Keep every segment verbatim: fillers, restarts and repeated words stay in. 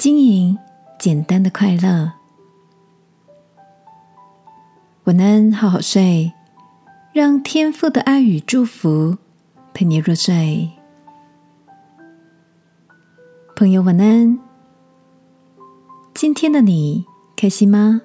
经营简单的快乐。晚安，好好睡，让天父的爱与祝福陪你入睡。朋友晚安，今天的你开心吗？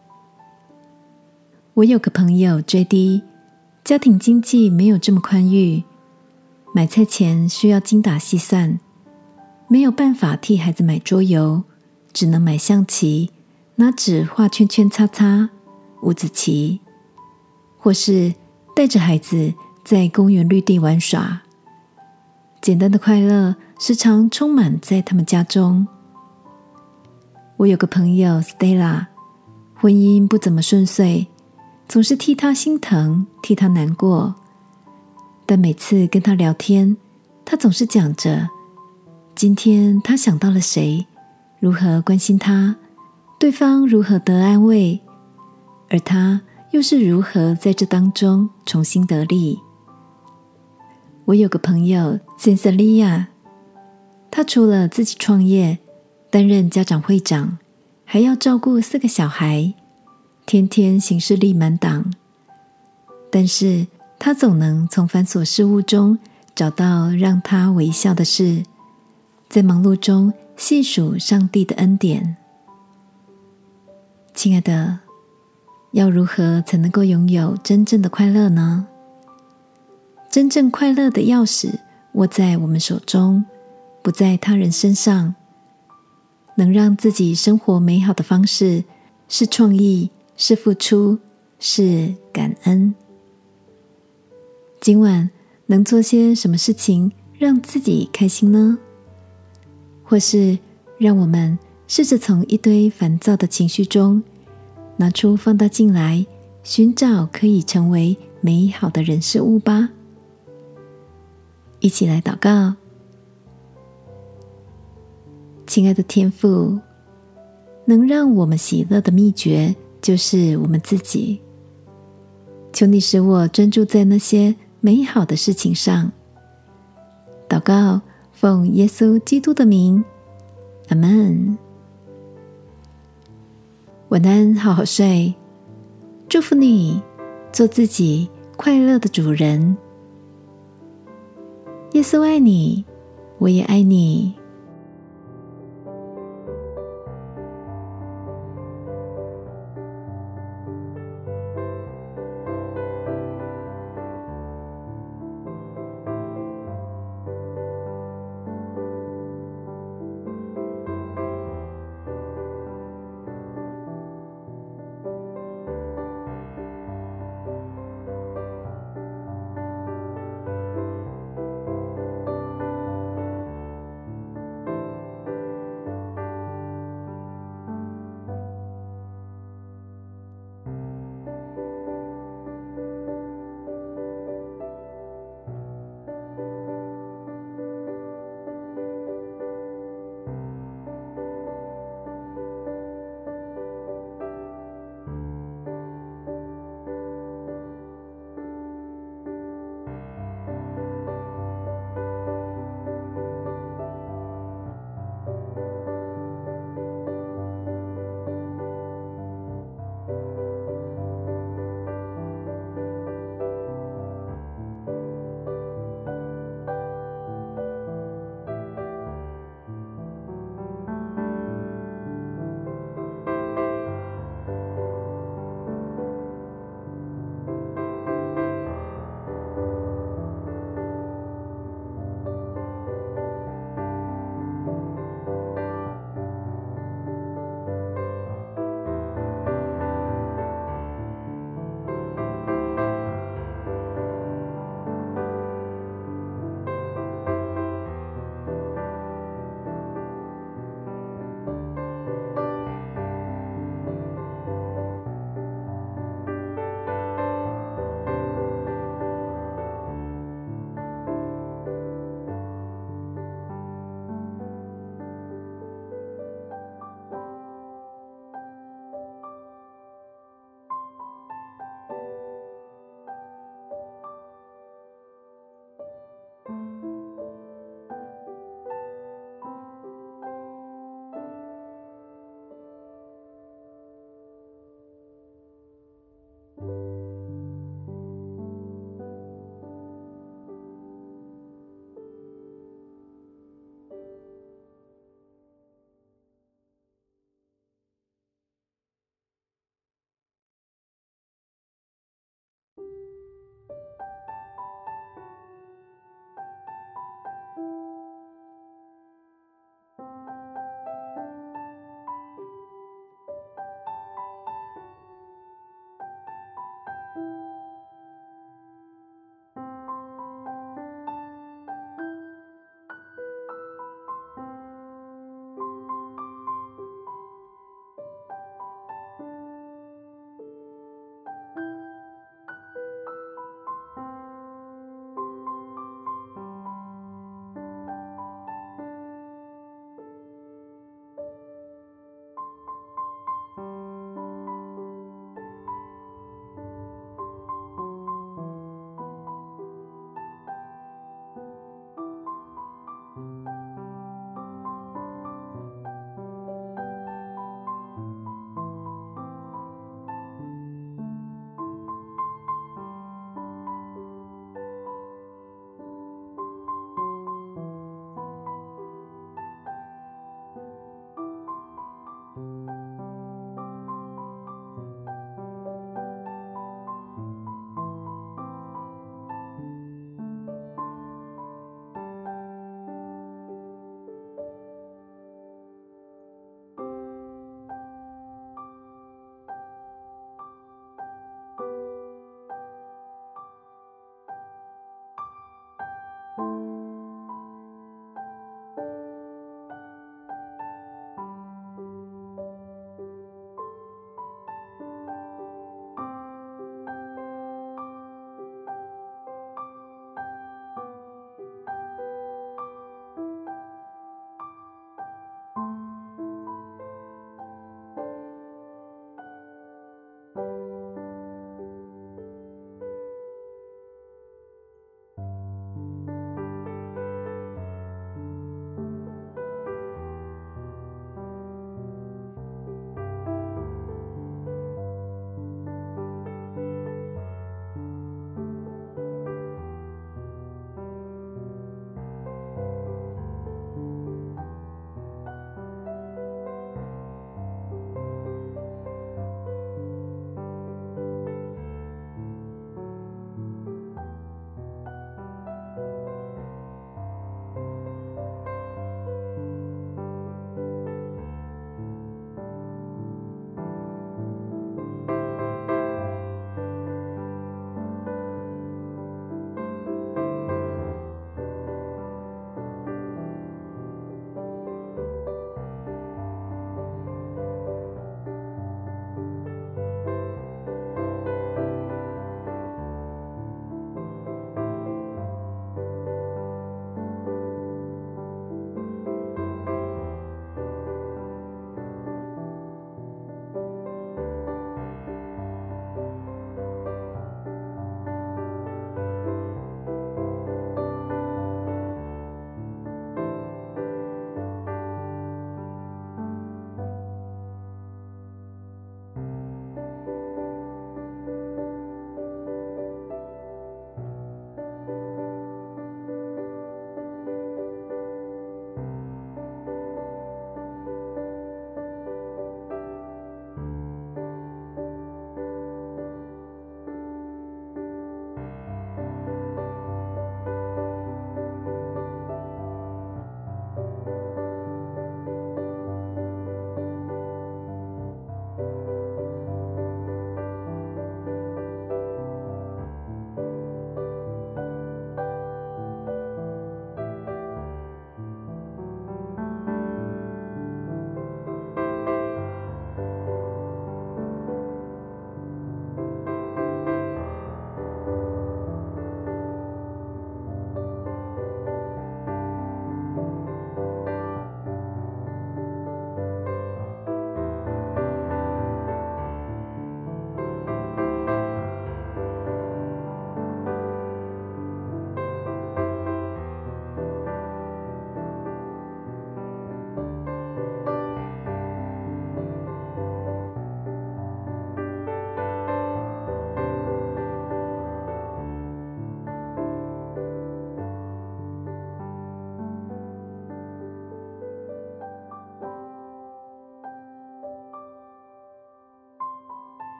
我有个朋友 J D， 家庭经济没有这么宽裕，买菜前需要精打细算，没有办法替孩子买桌游，只能买象棋，拿纸画圈圈叉叉，五子棋，或是带着孩子在公园绿地玩耍。简单的快乐时常充满在他们家中。我有个朋友 Stella， 婚姻不怎么顺遂，总是替她心疼，替她难过。但每次跟她聊天，她总是讲着今天她想到了谁，如何关心她，对方如何得安慰，而她又是如何在这当中重新得力。我有个朋友 Cecilia， 她除了自己创业，担任家长会长，还要照顾四个小孩，天天行事力满档。但是她总能从繁琐事务中找到让她微笑的事，在忙碌中细数上帝的恩典。亲爱的，要如何才能够拥有真正的快乐呢？真正快乐的钥匙握在我们手中，不在他人身上。能让自己生活美好的方式是创意，是付出，是感恩。今晚能做些什么事情让自己开心呢？或是让我们试着从一堆烦躁的情绪中拿出放大镜来，寻找可以成为美好的人事物吧。一起来祷告。亲爱的天父，能让我们喜乐的秘诀就是我们自己。求你使我专注在那些美好的事情上。祷告，奉耶稣基督的名，阿们。晚安，好好睡。祝福你，做自己快乐的主人。耶稣爱你，我也爱你。